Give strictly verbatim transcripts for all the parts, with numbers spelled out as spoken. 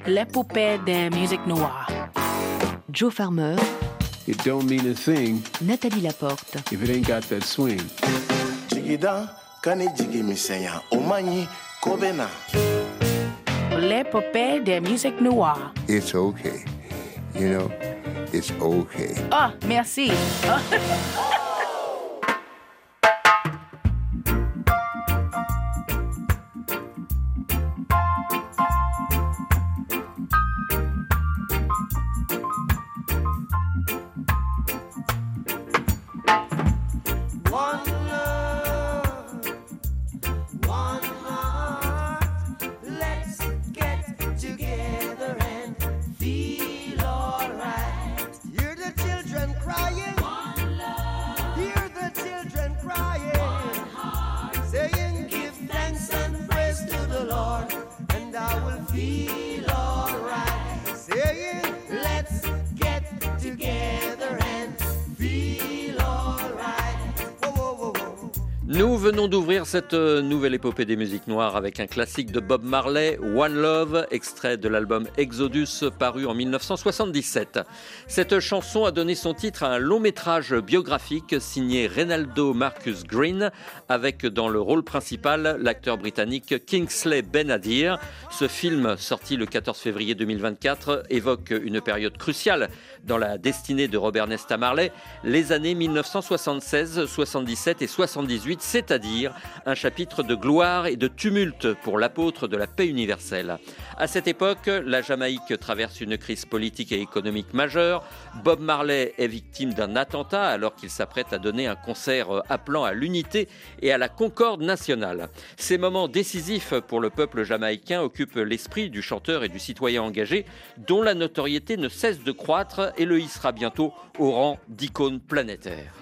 l'épopée de musique noire. Joe Farmer. It don't mean a thing. Nathalie Laporte. If it ain't got that swing. Jigida kani jigi misenya omanyi kobena. L'épopée de musique noire. It's okay. You know, it's okay. Ah, oh, merci. Nous venons d'ouvrir cette nouvelle épopée des musiques noires avec un classique de Bob Marley, One Love, extrait de l'album Exodus paru en mille neuf cent soixante-dix-sept. Cette chanson a donné son titre à un long métrage biographique signé Reynaldo Marcus Green avec dans le rôle principal l'acteur britannique Kingsley Ben-Adir. Ce film, sorti le quatorze février deux mille vingt-quatre, évoque une période cruciale dans la destinée de Robert Nesta Marley, les années mille neuf cent soixante-seize, soixante-dix-sept et soixante-dix-huit, c'est-à-dire un chapitre de gloire et de tumulte pour l'apôtre de la paix universelle. À cette époque, la Jamaïque traverse une crise politique et économique majeure. Bob Marley est victime d'un attentat alors qu'il s'apprête à donner un concert appelant à l'unité et à la concorde nationale. Ces moments décisifs pour le peuple jamaïcain occupent l'esprit du chanteur et du citoyen engagé, dont la notoriété ne cesse de croître et le hissera bientôt au rang d'icône planétaire.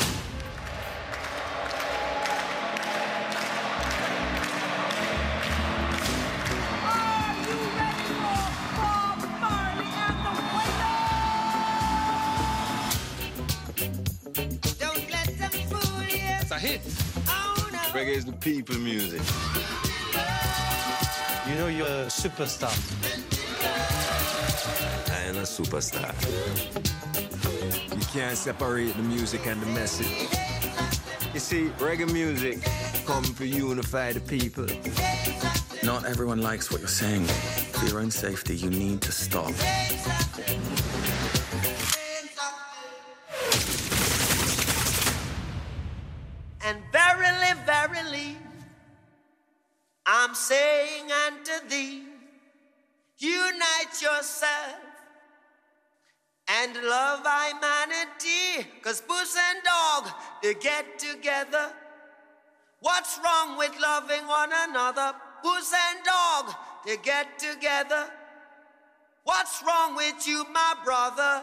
Hit. Reggae is the people music. You know you're a superstar. I am a superstar. You can't separate the music and the message. You see, reggae music come to unify the people. Not everyone likes what you're saying. For your own safety, you need to stop. And verily, verily, I'm saying unto thee, unite yourself and love humanity, 'cause puss and dog, they get together. What's wrong with loving one another? Puss and dog, they get together. What's wrong with you, my brother?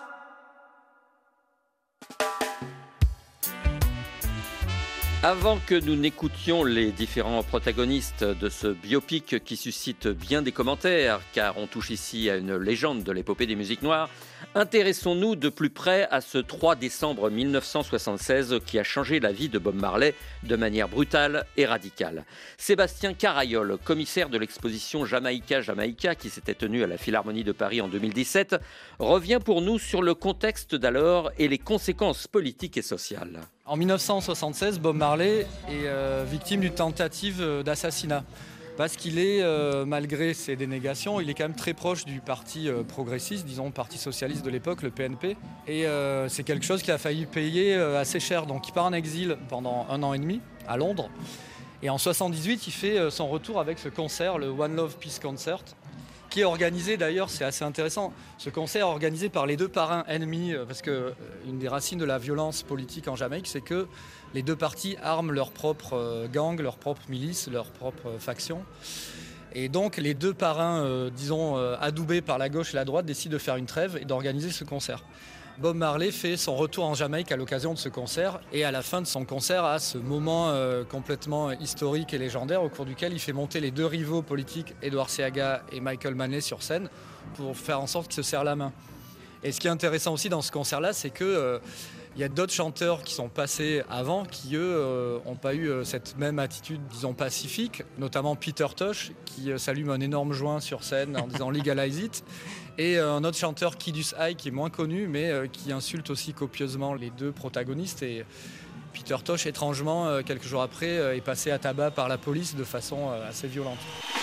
Avant que nous n'écoutions les différents protagonistes de ce biopic qui suscite bien des commentaires, car on touche ici à une légende de l'épopée des musiques noires, intéressons-nous de plus près à ce trois décembre mille neuf cent soixante-seize qui a changé la vie de Bob Marley de manière brutale et radicale. Sébastien Carayol, commissaire de l'exposition Jamaïca Jamaïca qui s'était tenue à la Philharmonie de Paris en deux mille dix-sept, revient pour nous sur le contexte d'alors et les conséquences politiques et sociales. En mille neuf cent soixante-seize, Bob Marley est euh, victime d'une tentative d'assassinat. Parce qu'il est, euh, malgré ses dénégations, il est quand même très proche du parti euh, progressiste, disons le parti socialiste de l'époque, le P N P. Et euh, c'est quelque chose qu'il a failli payer euh, assez cher. Donc il part en exil pendant un an et demi à Londres. Et en soixante-dix-huit, il fait euh, son retour avec ce concert, le One Love Peace Concert, qui est organisé d'ailleurs, c'est assez intéressant, ce concert est organisé par les deux parrains ennemis, parce qu'une des racines de la violence politique en Jamaïque, c'est que les deux partis arment leurs propres gangs, leurs propres milices, leurs propres factions. Et donc les deux parrains, euh, disons, euh, adoubés par la gauche et la droite, décident de faire une trêve et d'organiser ce concert. Bob Marley fait son retour en Jamaïque à l'occasion de ce concert et à la fin de son concert a ce moment euh, complètement historique et légendaire au cours duquel il fait monter les deux rivaux politiques, Edward Seaga et Michael Manley, sur scène pour faire en sorte qu'ils se serrent la main. Et ce qui est intéressant aussi dans ce concert-là, c'est que euh, Il y a d'autres chanteurs qui sont passés avant qui, eux, n'ont euh, pas eu euh, cette même attitude, disons, pacifique, notamment Peter Tosh, qui euh, s'allume un énorme joint sur scène en disant « Legalize it ». Et euh, un autre chanteur, Kidus High, qui est moins connu, mais euh, qui insulte aussi copieusement les deux protagonistes. Et Peter Tosh, étrangement, euh, quelques jours après, euh, est passé à tabac par la police de façon euh, assez violente.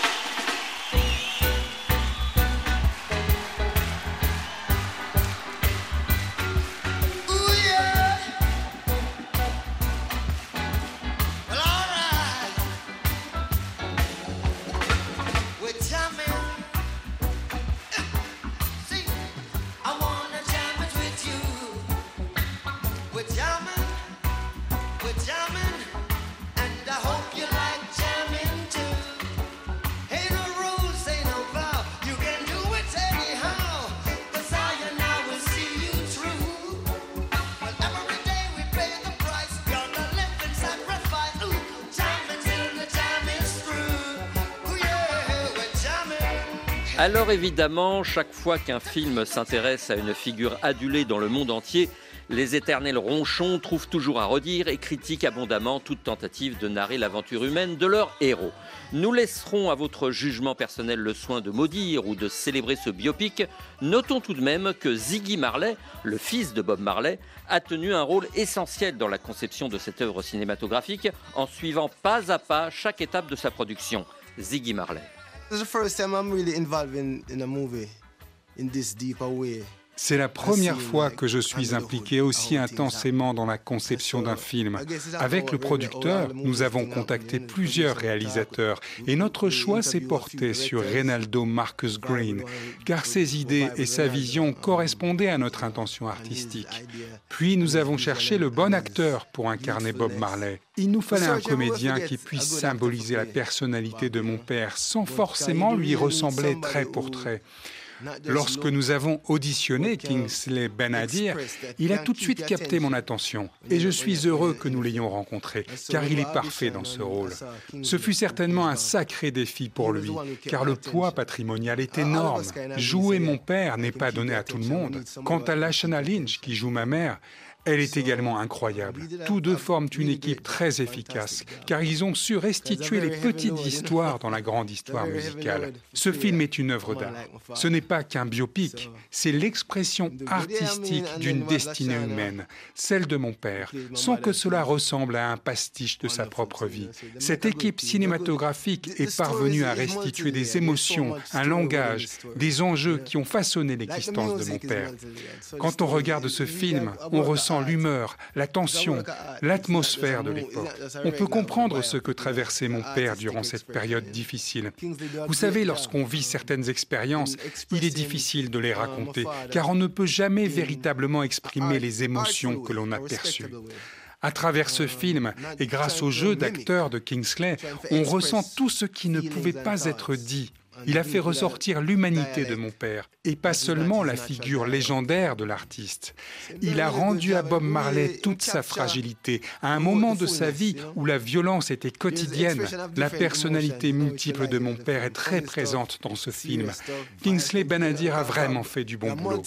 Alors évidemment, chaque fois qu'un film s'intéresse à une figure adulée dans le monde entier, les éternels ronchons trouvent toujours à redire et critiquent abondamment toute tentative de narrer l'aventure humaine de leur héros. Nous laisserons à votre jugement personnel le soin de maudire ou de célébrer ce biopic. Notons tout de même que Ziggy Marley, le fils de Bob Marley, a tenu un rôle essentiel dans la conception de cette œuvre cinématographique en suivant pas à pas chaque étape de sa production. Ziggy Marley. This is the first time I'm really involved in, in a movie in this deeper way. C'est la première fois que je suis impliqué aussi intensément dans la conception d'un film. Avec le producteur, nous avons contacté plusieurs réalisateurs et notre choix s'est porté sur Reynaldo Marcus Green, car ses idées et sa vision correspondaient à notre intention artistique. Puis nous avons cherché le bon acteur pour incarner Bob Marley. Il nous fallait un comédien qui puisse symboliser la personnalité de mon père sans forcément lui ressembler trait pour trait. Lorsque nous avons auditionné Kingsley Ben-Adir, il a tout de suite capté mon attention et je suis heureux que nous l'ayons rencontré car il est parfait dans ce rôle. Ce fut certainement un sacré défi pour lui car le poids patrimonial est énorme. Jouer mon père n'est pas donné à tout le monde. Quant à Lashana Lynch qui joue ma mère, elle est également incroyable. Tous deux forment une équipe très efficace, car ils ont su restituer les petites histoires dans la grande histoire musicale. Ce film est une œuvre d'art. Ce n'est pas qu'un biopic, c'est l'expression artistique d'une destinée humaine, celle de mon père, sans que cela ressemble à un pastiche de sa propre vie. Cette équipe cinématographique est parvenue à restituer des émotions, un langage, des enjeux qui ont façonné l'existence de mon père. Quand on regarde ce film, on ressent l'humeur, la tension, l'atmosphère de l'époque. On peut comprendre ce que traversait mon père durant cette période difficile. Vous savez, lorsqu'on vit certaines expériences, il est difficile de les raconter, car on ne peut jamais véritablement exprimer les émotions que l'on a perçues. À travers ce film, et grâce au jeu d'acteurs de Kingsley, on ressent tout ce qui ne pouvait pas être dit. Il a fait ressortir l'humanité de mon père, et pas seulement la figure légendaire de l'artiste. Il a rendu à Bob Marley toute sa fragilité. À un moment de sa vie où la violence était quotidienne, la personnalité multiple de mon père est très présente dans ce film. Kingsley Ben-Adir a vraiment fait du bon boulot.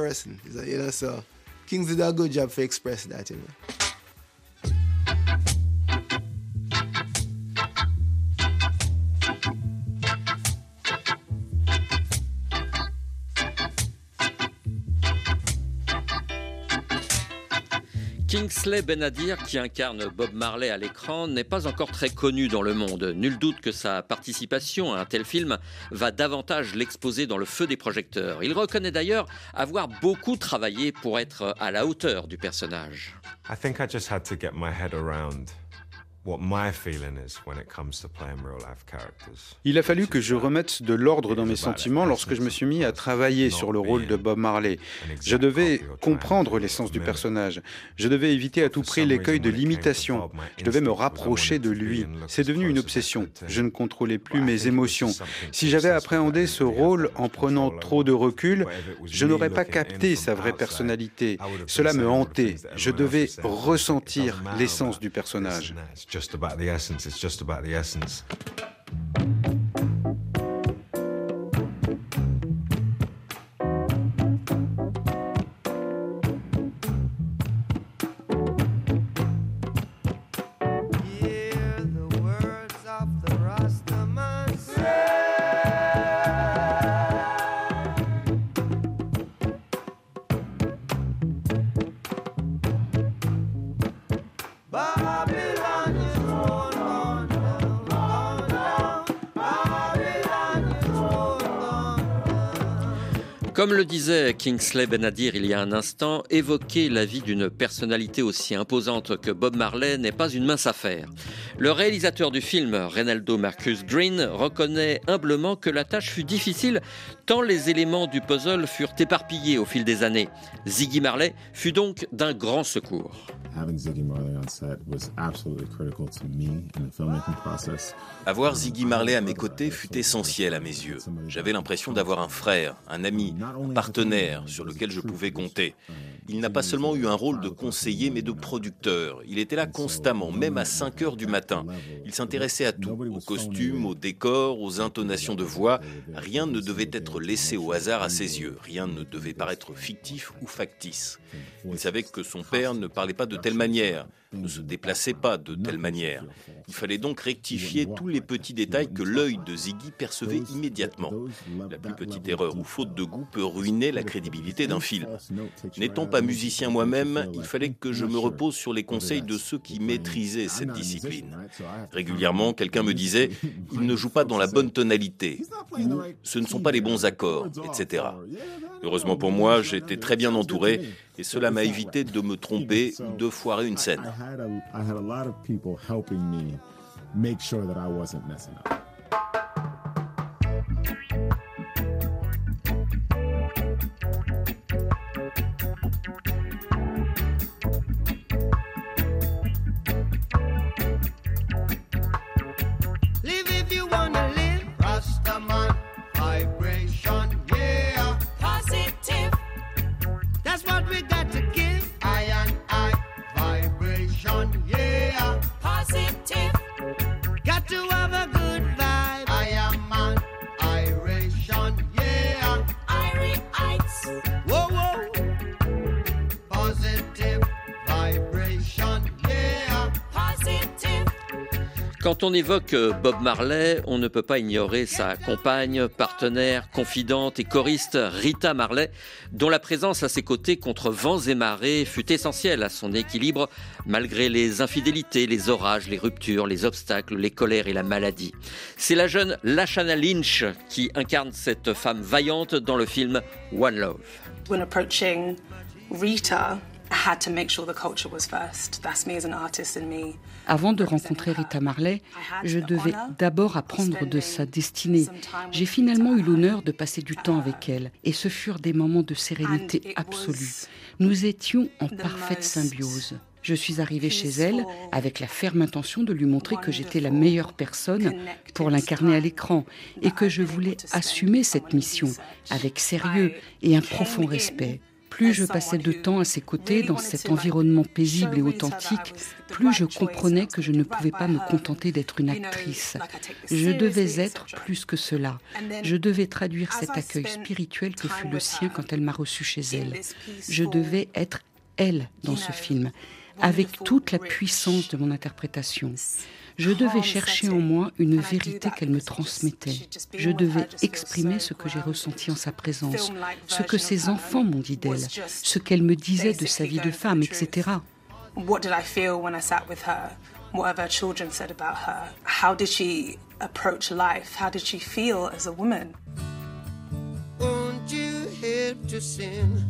Kingsley did a good job for express that, you know. Kingsley Ben-Adir, qui incarne Bob Marley à l'écran, n'est pas encore très connu dans le monde. Nul doute que sa participation à un tel film va davantage l'exposer dans le feu des projecteurs. Il reconnaît d'ailleurs avoir beaucoup travaillé pour être à la hauteur du personnage. I think I just had to get my head around what my feeling is when it comes to playing real life characters. Il a fallu que je remette de l'ordre dans mes sentiments lorsque je me suis mis à travailler sur le rôle de Bob Marley. Je devais comprendre l'essence du personnage. Je devais éviter à tout prix l'écueil de l'imitation. Je devais me rapprocher de lui. C'est devenu une obsession. Je ne contrôlais plus mes émotions. Si j'avais appréhendé ce rôle en prenant trop de recul, je n'aurais pas capté sa vraie personnalité. Cela me hantait. Je devais ressentir l'essence du personnage. Just about the essence, it's just about the essence. Comme le disait Kingsley Ben-Adir il y a un instant, évoquer la vie d'une personnalité aussi imposante que Bob Marley n'est pas une mince affaire. Le réalisateur du film, Reynaldo Marcus Green, reconnaît humblement que la tâche fut difficile tant les éléments du puzzle furent éparpillés au fil des années. Ziggy Marley fut donc d'un grand secours. Avoir Ziggy Marley à mes côtés fut essentiel à mes yeux. J'avais l'impression d'avoir un frère, un ami, un partenaire sur lequel je pouvais compter. Il n'a pas seulement eu un rôle de conseiller, mais de producteur. Il était là constamment, même à cinq heures du matin. Il s'intéressait à tout, aux costumes, aux décors, aux intonations de voix. Rien ne devait être laissé au hasard à ses yeux. Rien ne devait paraître fictif ou factice. Il savait que son père ne parlait pas de telle manière, ne se déplaçait pas de telle manière. Il fallait donc rectifier tous les petits détails que l'œil de Ziggy percevait immédiatement. La plus petite erreur ou faute de goût peut ruiner la crédibilité d'un film. N'étant pas musicien moi-même, il fallait que je me repose sur les conseils de ceux qui maîtrisaient cette discipline. Régulièrement, quelqu'un me disait « il ne joue pas dans la bonne tonalité » ou « ce ne sont pas les bons accords », et cetera. Heureusement pour moi, j'étais très bien entouré et cela m'a évité de me tromper ou de foirer une scène. Quand on évoque Bob Marley, on ne peut pas ignorer sa compagne, partenaire, confidente et choriste Rita Marley, dont la présence à ses côtés contre vents et marées fut essentielle à son équilibre, malgré les infidélités, les orages, les ruptures, les obstacles, les colères et la maladie. C'est la jeune Lashana Lynch qui incarne cette femme vaillante dans le film One Love. When approaching Rita, I had to make sure the culture was first. That's me as an artist and me. Avant de rencontrer Rita Marley, je devais d'abord apprendre de sa destinée. J'ai finalement eu l'honneur de passer du temps avec elle et ce furent des moments de sérénité absolue. Nous étions en parfaite symbiose. Je suis arrivée chez elle avec la ferme intention de lui montrer que j'étais la meilleure personne pour l'incarner à l'écran et que je voulais assumer cette mission avec sérieux et un profond respect. Plus je passais de temps à ses côtés dans cet environnement paisible et authentique, plus je comprenais que je ne pouvais pas me contenter d'être une actrice. Je devais être plus que cela. Je devais traduire cet accueil spirituel que fut le sien quand elle m'a reçue chez elle. Je devais être elle dans ce film, avec toute la puissance de mon interprétation. Je devais chercher en moi une vérité qu'elle me transmettait. Je devais exprimer ce que j'ai ressenti en sa présence, ce que ses enfants m'ont dit d'elle, ce qu'elle me disait de sa vie de femme, et cetera. What did I feel when I sat with her? What have her children said about her? How did she approach life? How did she feel as a woman? Won't you help to sing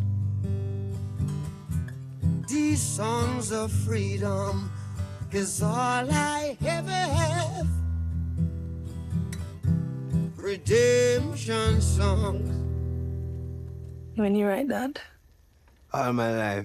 these songs of freedom? 'Cause all I ever have, redemption songs. When you write that? All my life.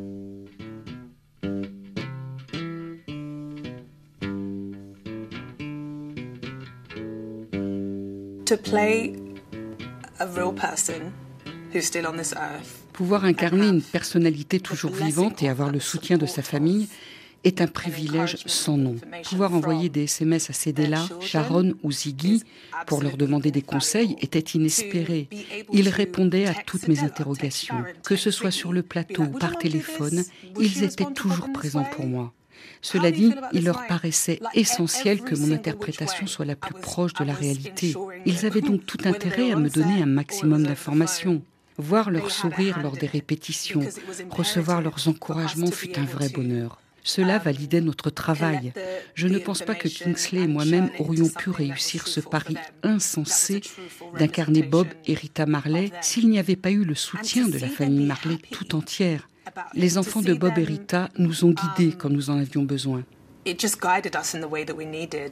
To play a real person who's still on this earth. Pouvoir incarner une personnalité toujours vivante et avoir le soutien de sa famille est un privilège sans nom. Pouvoir envoyer des S M S à Cédella, Sharon ou Ziggy pour leur demander des conseils était inespéré. Ils répondaient à toutes mes interrogations. Que ce soit sur le plateau ou par téléphone, ils étaient toujours présents pour moi. Cela dit, il leur paraissait essentiel que mon interprétation soit la plus proche de la réalité. Ils avaient donc tout intérêt à me donner un maximum d'informations. Voir leur sourire lors des répétitions, recevoir leurs encouragements fut un vrai bonheur. Cela validait notre travail. Je ne pense pas que Kingsley et moi-même aurions pu réussir ce pari insensé d'incarner Bob et Rita Marley s'il n'y avait pas eu le soutien de la famille Marley tout entière. Les enfants de Bob et Rita nous ont guidés quand nous en avions besoin. It just guided us in the way that we needed.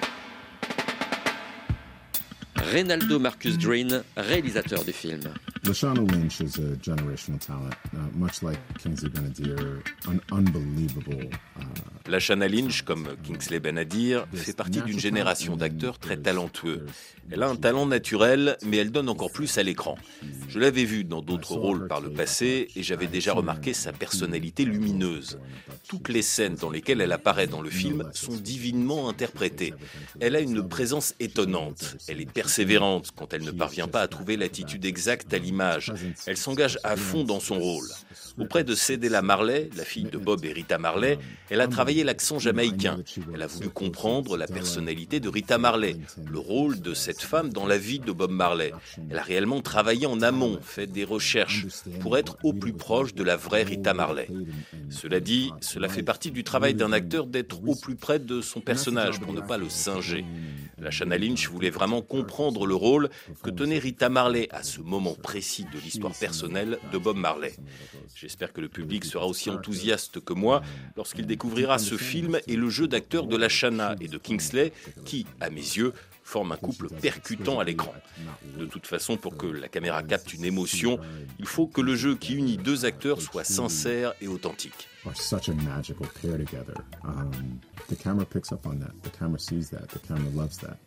Reynaldo Marcus Green, réalisateur du film. Lashana Lynch is a generational talent, uh, much like Kingsley Ben-Adir, an unbelievable. Uh, Lashana Lynch, comme Kingsley Ben-Adir, fait partie d'une génération d'acteurs très talentueux. Elle a un talent naturel, mais elle donne encore plus à l'écran. Je l'avais vue dans d'autres rôles par le passé et j'avais déjà remarqué sa personnalité lumineuse. Toutes les scènes dans lesquelles elle apparaît dans le film sont divinement interprétées. Elle a une présence étonnante. Elle est persévérante quand elle ne parvient pas à trouver l'attitude exacte à l'image. Elle s'engage à fond dans son rôle. Auprès de Cedella Marley, la fille de Bob et Rita Marley, elle a travaillé l'accent jamaïcain. Elle a voulu comprendre la personnalité de Rita Marley, le rôle de cette femme dans la vie de Bob Marley. Elle a réellement travaillé en amont, fait des recherches pour être au plus proche de la vraie Rita Marley. Cela dit, cela fait partie du travail d'un acteur d'être au plus près de son personnage pour ne pas le singer. Lashana Lynch voulait vraiment comprendre le rôle que tenait Rita Marley à ce moment précis de l'histoire personnelle de Bob Marley. J'espère que le public sera aussi enthousiaste que moi lorsqu'il découvrira ce film et le jeu d'acteurs de Lashana et de Kingsley qui, à mes yeux, forment un couple percutant à l'écran. De toute façon, pour que la caméra capte une émotion, il faut que le jeu qui unit deux acteurs soit sincère et authentique. Are such a magical pair together. Um, the camera picks up on that. The camera sees that. The camera loves that.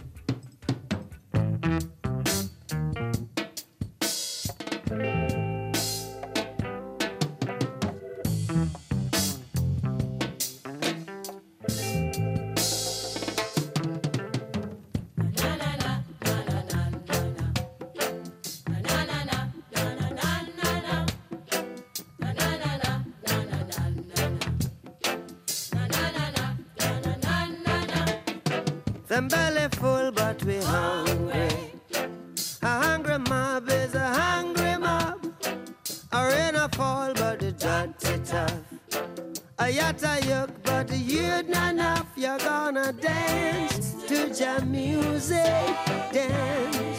Them belly full, but we hungry. A hungry mob is a hungry mob. A rain a fall, but the dirty tough. A yacht a yuck, but the you'd not enough. You're gonna dance to jam music, dance.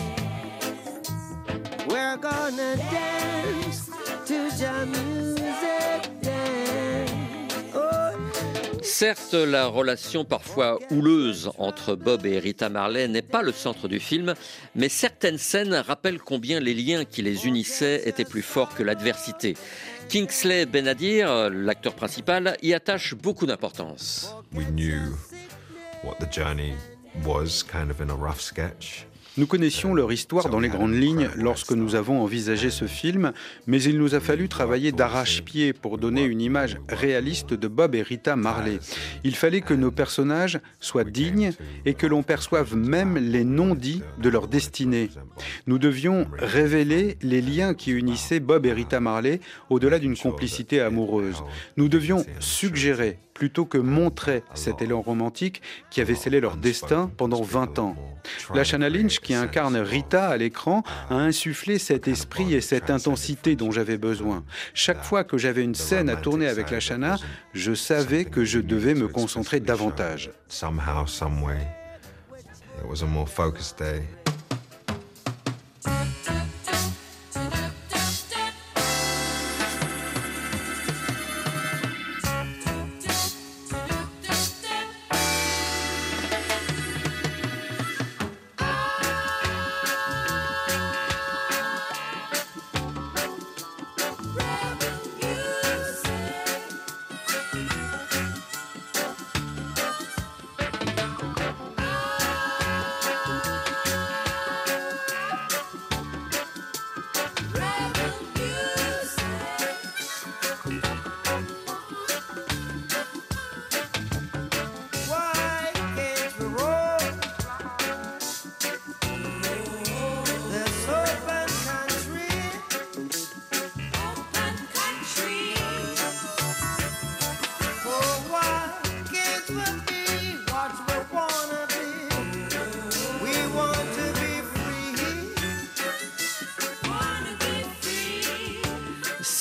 We're gonna dance to jam music, dance. Oh. Certes, la relation parfois houleuse entre Bob et Rita Marley n'est pas le centre du film, mais certaines scènes rappellent combien les liens qui les unissaient étaient plus forts que l'adversité. Kingsley Ben-Adir, l'acteur principal, y attache beaucoup d'importance. We knew what the journey was, kind of in a rough sketch. Nous connaissions leur histoire dans les grandes lignes lorsque nous avons envisagé ce film, mais il nous a fallu travailler d'arrache-pied pour donner une image réaliste de Bob et Rita Marley. Il fallait que nos personnages soient dignes et que l'on perçoive même les non-dits de leur destinée. Nous devions révéler les liens qui unissaient Bob et Rita Marley au-delà d'une complicité amoureuse. Nous devions suggérer plutôt que montrer cet élan romantique qui avait scellé leur destin pendant vingt ans. Lashana Lynch, qui incarne Rita à l'écran, a insufflé cet esprit et cette intensité dont j'avais besoin. Chaque fois que j'avais une scène à tourner avec Lashana, je savais que je devais me concentrer davantage. Somehow, some way, it was a more focused day.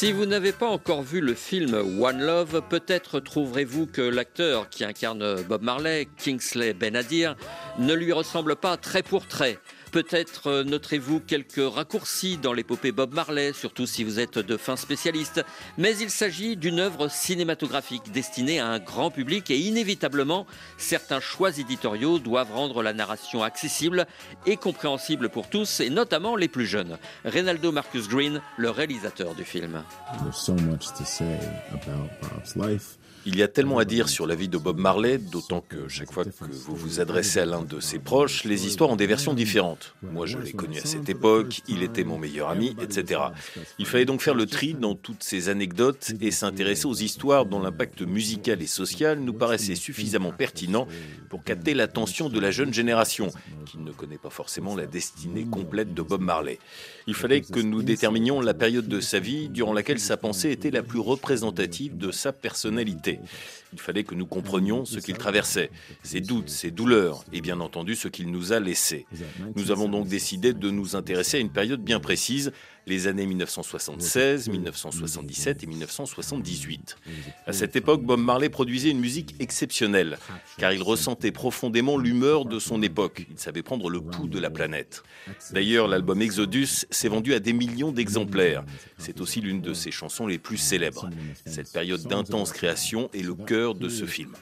Si vous n'avez pas encore vu le film One Love, peut-être trouverez-vous que l'acteur qui incarne Bob Marley, Kingsley Ben-Adir, ne lui ressemble pas trait pour trait. Peut-être noterez-vous quelques raccourcis dans l'épopée Bob Marley, surtout si vous êtes de fins spécialistes. Mais il s'agit d'une œuvre cinématographique destinée à un grand public et inévitablement, certains choix éditoriaux doivent rendre la narration accessible et compréhensible pour tous, et notamment les plus jeunes. Reynaldo Marcus Green, le réalisateur du film. There's so much to say about Bob's life. Il y a tellement à dire sur la vie de Bob Marley, d'autant que chaque fois que vous vous adressez à l'un de ses proches, les histoires ont des versions différentes. Moi, je l'ai connu à cette époque, il était mon meilleur ami, et cetera. Il fallait donc faire le tri dans toutes ces anecdotes et s'intéresser aux histoires dont l'impact musical et social nous paraissait suffisamment pertinent pour capter l'attention de la jeune génération, qui ne connaît pas forcément la destinée complète de Bob Marley. Il fallait que nous déterminions la période de sa vie durant laquelle sa pensée était la plus représentative de sa personnalité. Il fallait que nous comprenions ce qu'il traversait, ses doutes, ses douleurs et bien entendu ce qu'il nous a laissé. Nous avons donc décidé de nous intéresser à une période bien précise, les années mille neuf cent soixante-seize, mille neuf cent soixante-dix-sept et mille neuf cent soixante-dix-huit. À cette époque, Bob Marley produisait une musique exceptionnelle, car il ressentait profondément l'humeur de son époque. Il savait prendre le pouls de la planète. D'ailleurs, l'album Exodus s'est vendu à des millions d'exemplaires. C'est aussi l'une de ses chansons les plus célèbres. Cette période d'intense création est le cœur de ce film.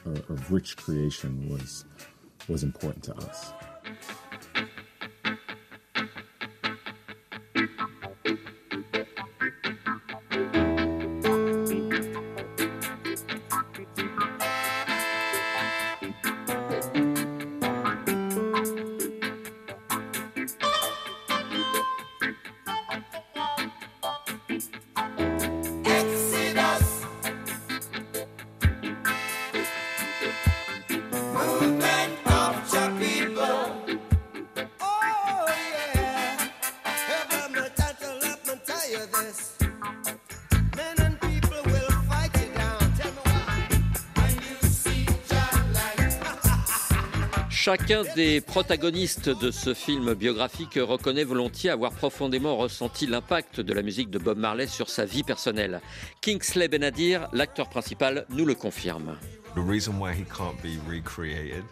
Chacun des protagonistes de ce film biographique reconnaît volontiers avoir profondément ressenti l'impact de la musique de Bob Marley sur sa vie personnelle. Kingsley Ben-Adir, l'acteur principal, nous le confirme. The reason why he can't be recreated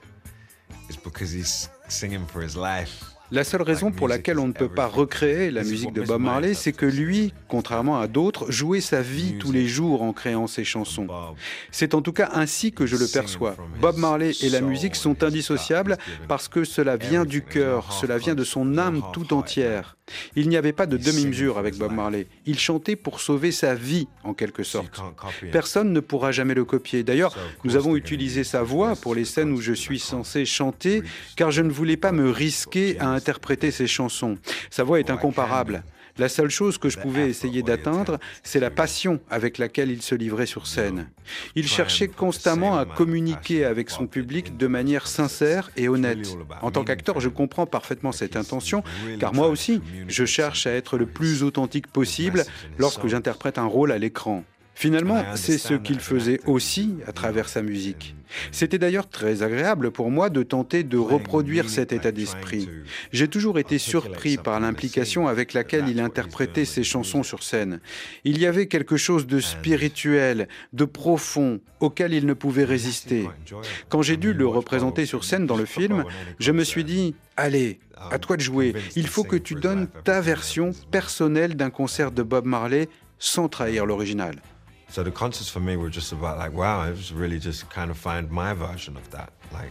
is because he's singing for his life. La seule raison pour laquelle on ne peut pas recréer la musique de Bob Marley, c'est que lui, contrairement à d'autres, jouait sa vie tous les jours en créant ses chansons. C'est en tout cas ainsi que je le perçois. Bob Marley et la musique sont indissociables parce que cela vient du cœur, cela vient de son âme tout entière. Il n'y avait pas de demi-mesure avec Bob Marley. Il chantait pour sauver sa vie, en quelque sorte. Personne ne pourra jamais le copier. D'ailleurs, nous avons utilisé sa voix pour les scènes où je suis censé chanter, car je ne voulais pas me risquer à interpréter ses chansons. Sa voix est incomparable. La seule chose que je pouvais essayer d'atteindre, c'est la passion avec laquelle il se livrait sur scène. Il cherchait constamment à communiquer avec son public de manière sincère et honnête. En tant qu'acteur, je comprends parfaitement cette intention, car moi aussi, je cherche à être le plus authentique possible lorsque j'interprète un rôle à l'écran. Finalement, c'est ce qu'il faisait aussi à travers sa musique. C'était d'ailleurs très agréable pour moi de tenter de reproduire cet état d'esprit. J'ai toujours été surpris par l'implication avec laquelle il interprétait ses chansons sur scène. Il y avait quelque chose de spirituel, de profond, auquel il ne pouvait résister. Quand j'ai dû le représenter sur scène dans le film, je me suis dit « Allez, à toi de jouer. Il faut que tu donnes ta version personnelle d'un concert de Bob Marley sans trahir l'original. » So the concerts for me were just about like, wow, it was really just kind of find my version of that. Like,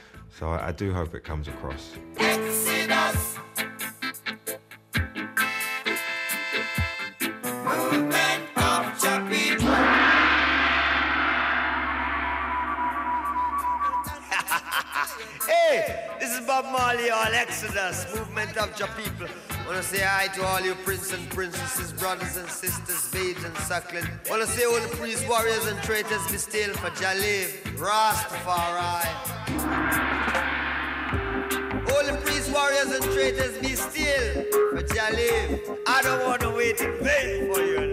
so I, I do hope it comes across. Exodus. Movement of the people. Hey, this is Bob Marley, all Exodus, movement of the people. Wanna say hi to all you princes and princesses, brothers and sisters, babes and suckling. Wanna say all the priests, warriors and traitors, be still for Jalil, Rastafari. All the priests, warriors and traitors, be still for Jalil. I don't wanna wait in vain for you.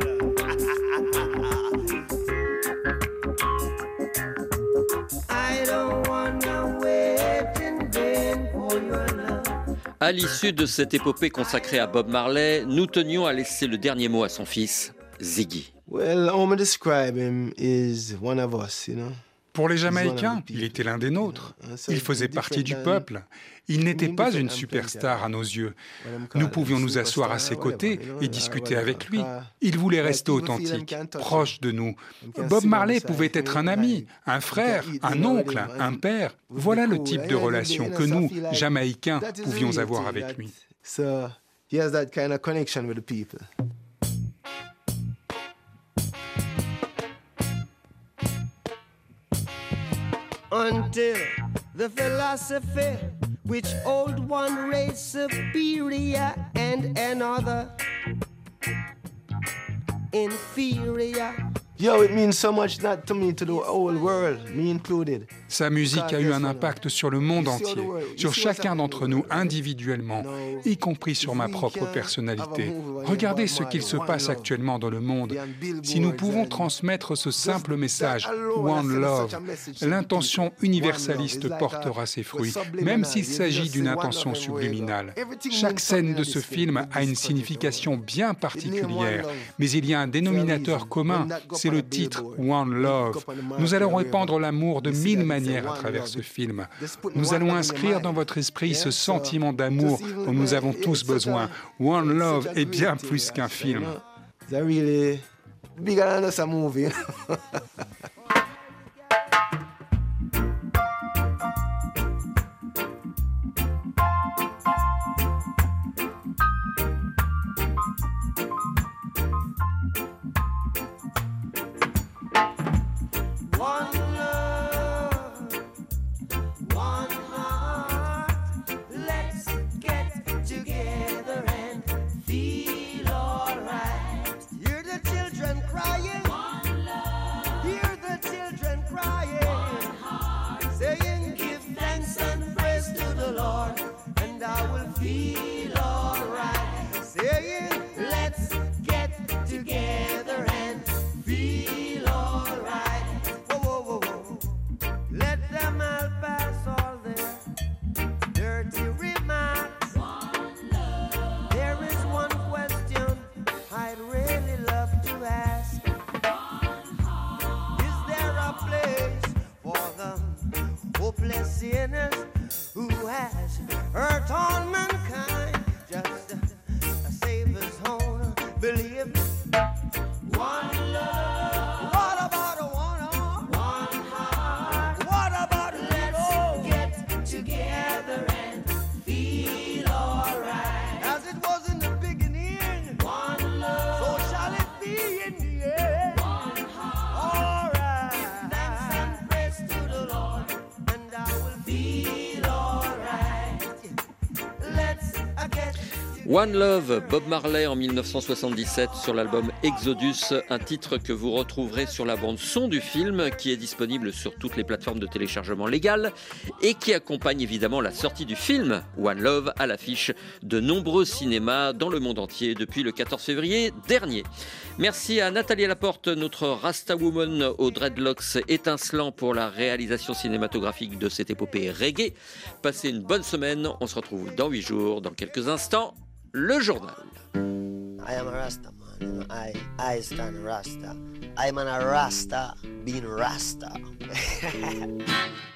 I don't wanna wait in vain for your love. À l'issue de cette épopée consacrée à Bob Marley, nous tenions à laisser le dernier mot à son fils. Ziggy. Well, how me describe him is one of us, you know. Pour les Jamaïcains, il était l'un des nôtres. Il faisait partie du peuple. Il n'était pas une superstar à nos yeux. Nous pouvions nous asseoir à ses côtés et discuter avec lui. Il voulait rester authentique, proche de nous. Bob Marley pouvait être un ami, un frère, un oncle, un père. Voilà le type de relation que nous, Jamaïcains, pouvions avoir avec lui. So, he has that kind of connection with the people. Until the philosophy which old one race superior and another inferior. Yo, it means so much not to me, to the whole world, me included. Sa musique a eu un impact sur le monde entier, sur chacun d'entre nous individuellement, y compris sur ma propre personnalité. Regardez ce qu'il se passe actuellement dans le monde. Si nous pouvons transmettre ce simple message, One Love, l'intention universaliste portera ses fruits, même s'il s'agit d'une intention subliminale. Chaque scène de ce film a une signification bien particulière, mais il y a un dénominateur commun, c'est le titre One Love. Nous allons répandre l'amour de mille manières à travers ce film. Nous allons inscrire dans votre esprit ce sentiment d'amour dont nous avons tous besoin. One Love est bien plus qu'un film. One Love, Bob Marley en mille neuf cent soixante-dix-sept sur l'album Exodus, un titre que vous retrouverez sur la bande son du film qui est disponible sur toutes les plateformes de téléchargement légales et qui accompagne évidemment la sortie du film One Love à l'affiche de nombreux cinémas dans le monde entier depuis le quatorze février dernier. Merci à Nathalie Laporte, notre Rasta Woman aux dreadlocks étincelants pour la réalisation cinématographique de cette épopée reggae. Passez une bonne semaine, on se retrouve dans huit jours, dans quelques instants. Le journal. I am a Rasta man, I, I stand Rasta. I'm an a Rasta, being Rasta.